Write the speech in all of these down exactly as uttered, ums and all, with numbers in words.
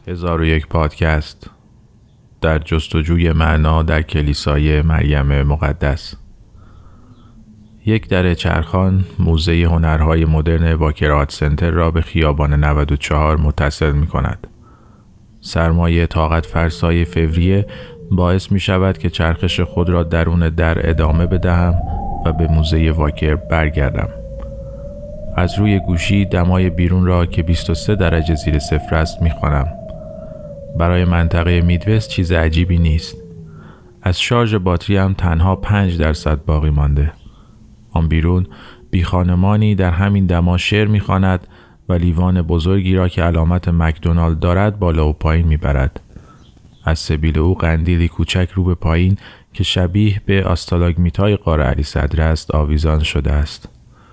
هزار و یک پادکست در جستجوی معنا در کلیسای مریم مقدس. یک دره چرخان موزه هنرهای مدرن واکر آرت سنتر را به خیابان نود و چهار متصل می کند. سرمایه طاقت فرسای فوریه باعث می شود که چرخش خود را درون در ادامه بدهم و به موزه واکر برگردم. از روی گوشی دمای بیرون را که بیست و سه درجه زیر صفر است می خوانم. برای منطقه میدوست چیز عجیبی نیست. از شارژ باتری هم تنها پنج درصد باقی مانده. آن بیرون بی خانمانی در همین دما شعر می خواند و لیوان بزرگی را که علامت مکدونالد دارد بالا و پایین می برد. از سبیل او قندیلی کوچک رو به پایین که شبیه به آستالاگمیتای غار علی صدر است آویزان شده است.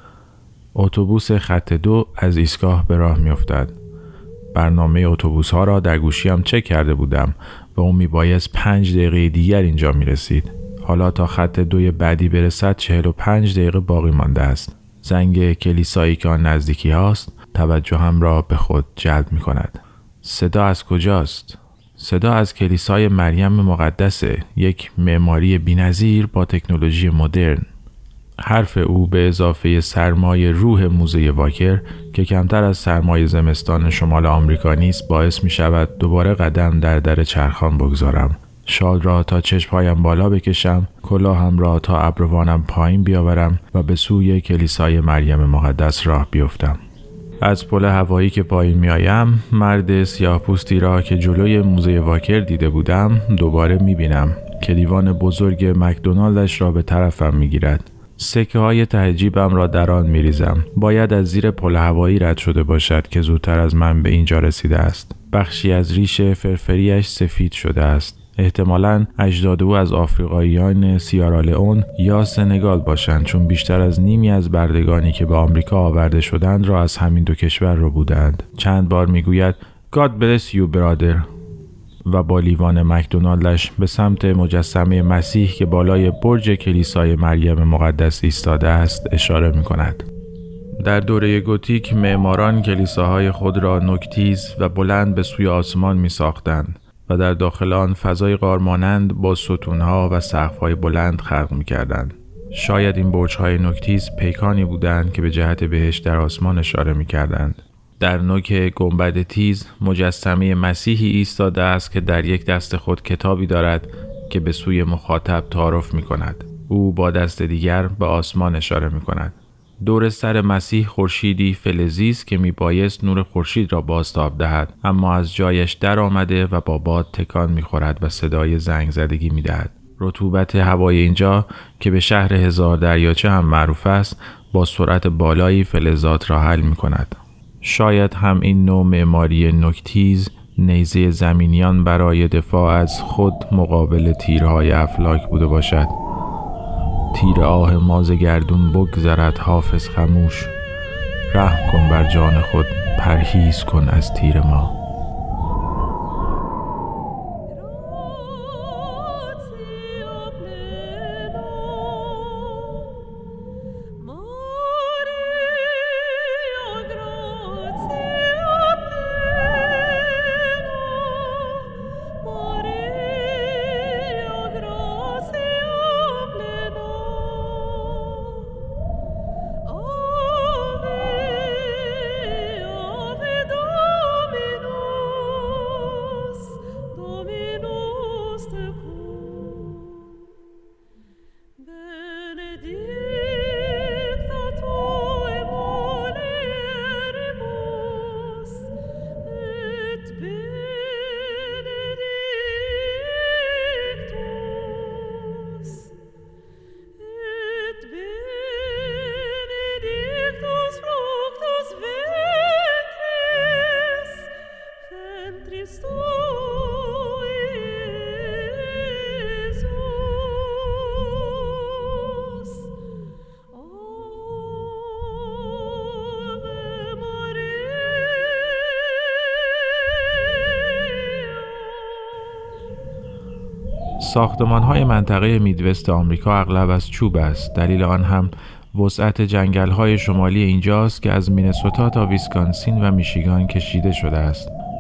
اتوبوس خط دو از ایستگاه به راه می افتد. برنامه اتوبوس ها را در گوشیم چک کرده بودم و اون می بایست پنج دقیقه دیگر اینجا می رسید. حالا تا خط دوی بعدی برسد چهل و پنج دقیقه باقی مانده است. زنگ کلیسایی که آن نزدیکی هاست توجهم را به خود جلب می کند. صدا از کجاست؟ صدا از کلیسای مریم مقدسه، یک معماری بی‌نظیر با تکنولوژی مدرن. حرف او به اضافه سرمایه روح موزه واکر که کمتر از سرمایه زمستان شمال آمریکا نیست باعث می شود دوباره قدم در در چرخان بگذارم. شال را تا چشمهایم بالا بکشم، کلاهم را تا ابروانم پایین بیاورم و به سوی کلیسای مریم مقدس راه بیفتم. از پل هوایی که پایین می آیم، مرد سیاه پوستی را که جلوی موزه واکر دیده بودم دوباره می بینم که لیوان بزرگ مکدونالدش را به طرفم می گیرد. سکه های ته جیبم را در آن می ریزم. باید از زیر پل هوایی رد شده باشد که زودتر از من به اینجا رسیده است. بخشی از ریش فرفریش سفید شده است. احتمالاً اجداد او از آفریقاییان سیارالئون یا سنگال باشند، چون بیشتر از نیمی از بردگانی که به آمریکا آورده شدند را از همین دو کشور را بودند. چند بار میگوید God bless you brother و با لیوان مکدونالدش به سمت مجسمه مسیح که بالای برج کلیسای مریم مقدس ایستاده است اشاره می کند. در دوره گوتیک معماران کلیساهای خود را نوک‌تیز و بلند به سوی آسمان می ساختند و در داخل آن فضای غارمانند با ستونها و سقف‌های بلند خلق می‌کردند. شاید این برج‌های نوک‌تیز پیکانی بودند که به جهت بهشت در آسمان اشاره می‌کردند. در نوک گنبد تیز مجسمه مسیحی ایستاده است که در یک دست خود کتابی دارد که به سوی مخاطب تعارف می‌کند. او با دست دیگر به آسمان اشاره می‌کند. دور سر مسیح خورشیدی فلزی است که میبایست نور خورشید را بازتاب دهد، اما از جایش در آمده و با باد تکان میخورد و صدای زنگ زدگی میدهد. رطوبت هوای اینجا که به شهر هزار دریاچه هم معروف است با سرعت بالایی فلزات را حل میکند. شاید هم این نوع معماری نوک‌تیز نیزه زمینیان برای دفاع از خود مقابل تیرهای افلاک بوده باشد. تیر آه ماز گردون بگذرد حافظ خموش، رحم کن بر جان خود، پرهیز کن از تیر ما. ساختمان‌های منطقه میدوست آمریکا اغلب از چوب است. دلیل آن هم وسعت جنگل‌های شمالی اینجاست که از مینسوتا تا ویسکانسین و میشیگان کشیده شده است.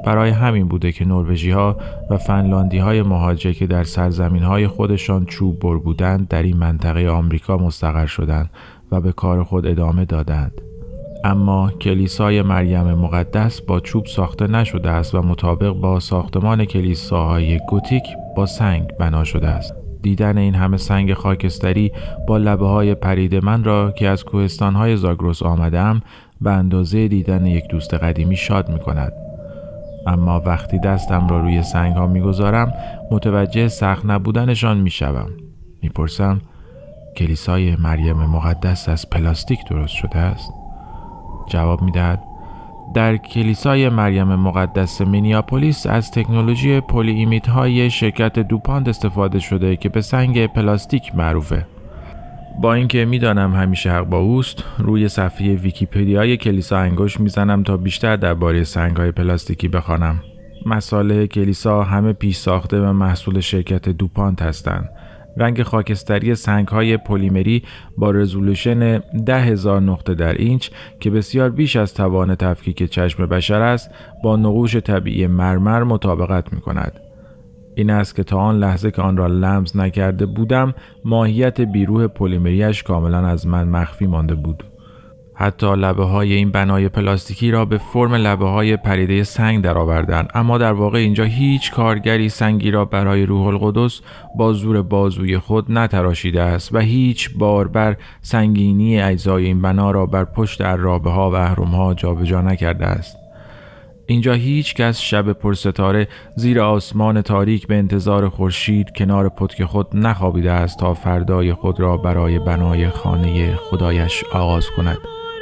برای همین بوده که نروژی‌ها و فنلاندی‌های مهاجر که در سرزمین‌های خودشان چوب بر بودند در این منطقه آمریکا مستقر شدند و به کار خود ادامه دادند. اما کلیسای مریم مقدس با چوب ساخته نشده است و مطابق با ساختمان کلیساهای گوتیک با سنگ بنا شده است. دیدن این همه سنگ خاکستری با لبه‌های پریده من را که از کوهستان‌های زاگرس آمدم به اندازه دیدن یک دوست قدیمی شاد می‌کند. اما وقتی دستم را روی سنگ‌ها می‌گذارم متوجه سخت نبودنشان می‌شوم. می‌پرسم کلیسای مریم مقدس از پلاستیک درست شده است؟ جواب می‌دهد در کلیسای مریم مقدس مینیاپولیس از تکنولوژی پلی ایمیدهای شرکت دوپانت استفاده شده که به سنگ پلاستیک معروفه. با اینکه میدانم همیشه حق با اوست، روی صفحه ویکی‌پدیای کلیسا انگشت میزنم تا بیشتر درباره سنگ‌های پلاستیکی بخوانم. مصالح کلیسا همه پیش ساخته و محصول شرکت دوپانت هستند. رنگ خاکستری سنگ‌های پلیمری با رزولوشن ده هزار نقطه در اینچ که بسیار بیش از توان تفکیک چشم بشر است، با نقوش طبیعی مرمر مطابقت می‌کند. این است که تا آن لحظه که آن را لمس نکرده بودم، ماهیت بیروح پلیمریش کاملا از من مخفی مانده بود. حتی لبه های این بنای پلاستیکی را به فرم لبه های پریده سنگ درآوردند، اما در واقع اینجا هیچ کارگری سنگی را برای روح القدس با زور بازوی خود نتراشیده است و هیچ باربر سنگینی اجزای این بنا را بر پشت عرابه ها و اهرم ها جابجا نکرده است. اینجا هیچ کس شب پرستاره زیر آسمان تاریک به انتظار خورشید کنار پتک خود نخوابیده است تا فردای خود را برای بنای خانه خدایش آغاز کند.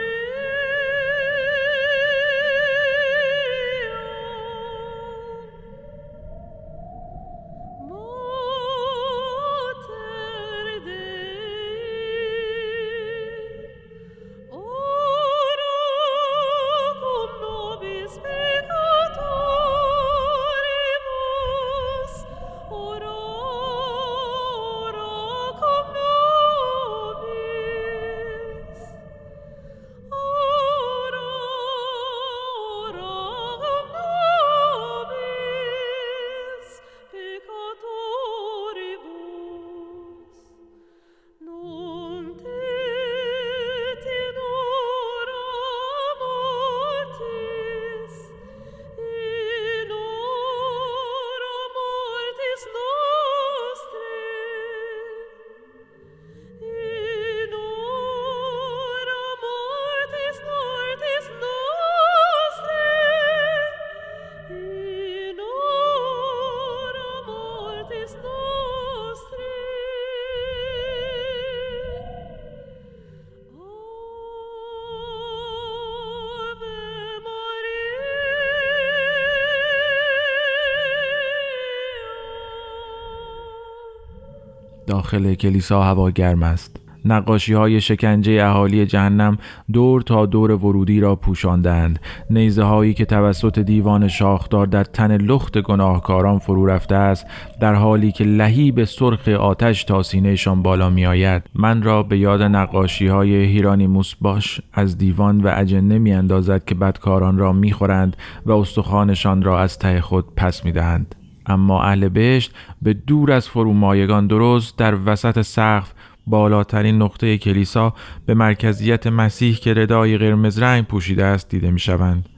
داخل کلیسا هوا گرم است. نقاشی های شکنجه اهالی جهنم دور تا دور ورودی را پوشاندند. نیزه هایی که توسط دیوان شاخدار در تن لخت گناهکاران فرو رفته است، در حالی که لهیب سرخ آتش تا سینه‌شان بالا می آید، من را به یاد نقاشی های هیرانیموس باش از دیوان و اجنه می اندازد که بدکاران را می خورند و استخوانشان را از ته خود پس می دهند. اما اهل بهشت به دور از فرومایگان درست در وسط سقف بالاترین نقطه کلیسا به مرکزیت مسیح که ردای قرمز رنگ پوشیده است دیده می شوند.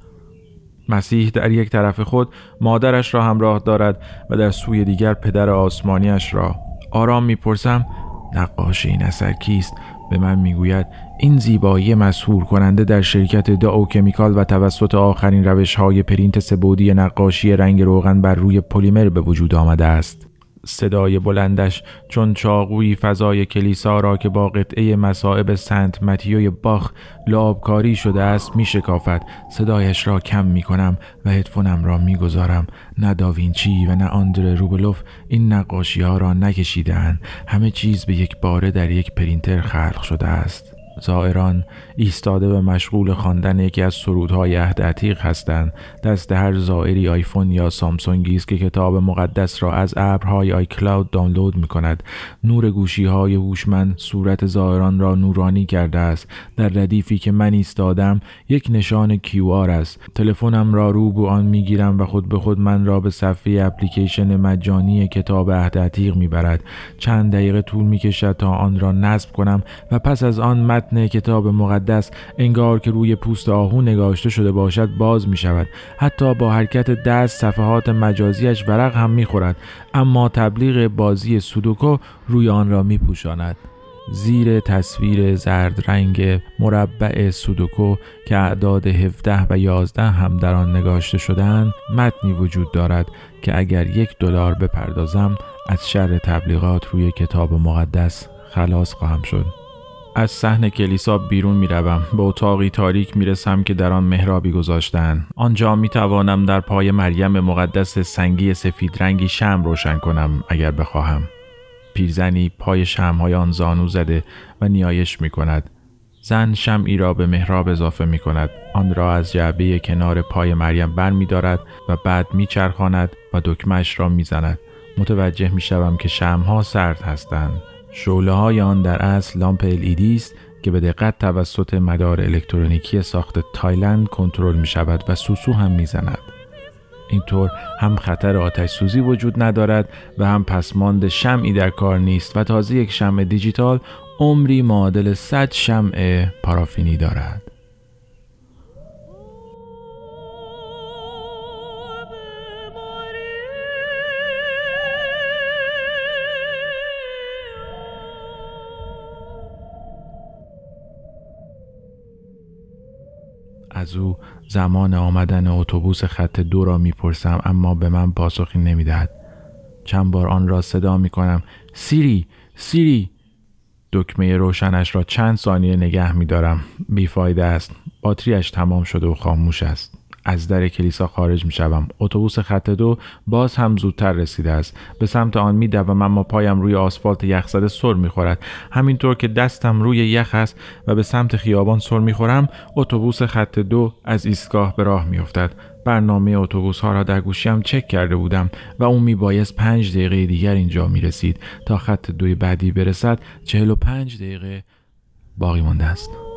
مسیح در یک طرف خود مادرش را همراه دارد و در سوی دیگر پدر آسمانیش را. آرام می پرسم نقاش این اثر کیست؟ به من می گوید این زیبایی مسحور کننده در شرکت داو کمیکال و توسط آخرین روش های پرینت سه‌بعدی نقاشی رنگ روغن بر روی پلیمر به وجود آمده است. صدای بلندش چون چاقویی فضای کلیسا را که با قطعه مصائب سنت متیوی باخ لعابکاری شده است می شکافد. صدایش را کم می کنم و هدفونم را می گذارم. نه داوینچی و نه آندره روبلوف این نقاشی ها را نکشیدند. همه چیز به یک باره در یک پرینتر خلق شده است. زائران ایستاده و مشغول خواندن یکی از سرودهای عهد عتیق هستند. دست هر زائری آیفون یا سامسونگی است که کتاب مقدس را از ابرهای آی کلاود دانلود می کند. نور گوشی‌های هوشمند صورت زائران را نورانی کرده است. در ردیفی که من ایستادم یک نشان کیو آر است. تلفنم را رو به آن می گیرم و خود به خود من را به صفحه اپلیکیشن مجانی کتاب عهد عتیق می برد. چند دقیقه طول می کشد تا آن را نصب کنم و پس از آن متن کتاب مقدس انگار که روی پوست آهو نگاشته شده باشد باز می شود. حتی با حرکت دست صفحات مجازیش ورق هم می خورد، اما تبلیغ بازی سودوکو روی آن را می پوشاند. زیر تصویر زرد رنگ مربع سودوکو که اعداد هفده و یازده هم در آن نگاشته شده‌اند متنی وجود دارد که اگر یک دلار بپردازم از شر تبلیغات روی کتاب مقدس خلاص خواهم شد. از صحن کلیسا بیرون می روم. به اتاقی تاریک می رسم که در آن محرابی گذاشتند. آنجا می توانم در پای مریم مقدس سنگی سفید رنگی شمع روشن کنم اگر بخواهم. پیرزنی پای شمع‌های آن زانو زده و نیایش می کند. زن شمعی را به محراب اضافه می کند. آن را از جعبه کنار پای مریم بر می دارد و بعد می چرخاند و دکمه‌اش را می زند. متوجه می شوم که شمع‌ها سرد هستند. شعله های آن در اصل لامپ ال ای دی است که به دقت توسط مدار الکترونیکی ساخت تایلند کنترل می شود و سوسو هم می زند. اینطور هم خطر آتش سوزی وجود ندارد و هم پسماند شمعی در کار نیست و تازه یک شمع دیجیتال عمری معادل صد شمع پارافینی دارد. از او زمان آمدن اتوبوس خط دو را میپرسم، اما به من پاسخی نمیدهد. چند بار آن را صدا میکنم: سیری، سیری. دکمه روشنش را چند ثانیه نگه میدارم. بیفایده است. باتریش تمام شده و خاموش است. از در کلیسا خارج می شوم. اتوبوس خط دو باز هم زودتر رسیده است. به سمت آن می دوم، اما پایم روی آسفالت یخزده سر می خورد. همینطور که دستم روی یخ است و به سمت خیابان سر می خورم، اتوبوس خط دو از ایستگاه به راه می افتد. برنامه اتوبوس ها را در گوشیم چک کرده بودم و اون می بایست پنج دقیقه دیگر اینجا می رسید. تا خط دوی بعدی برسد چهل و پنج دقیقه باقی مانده است.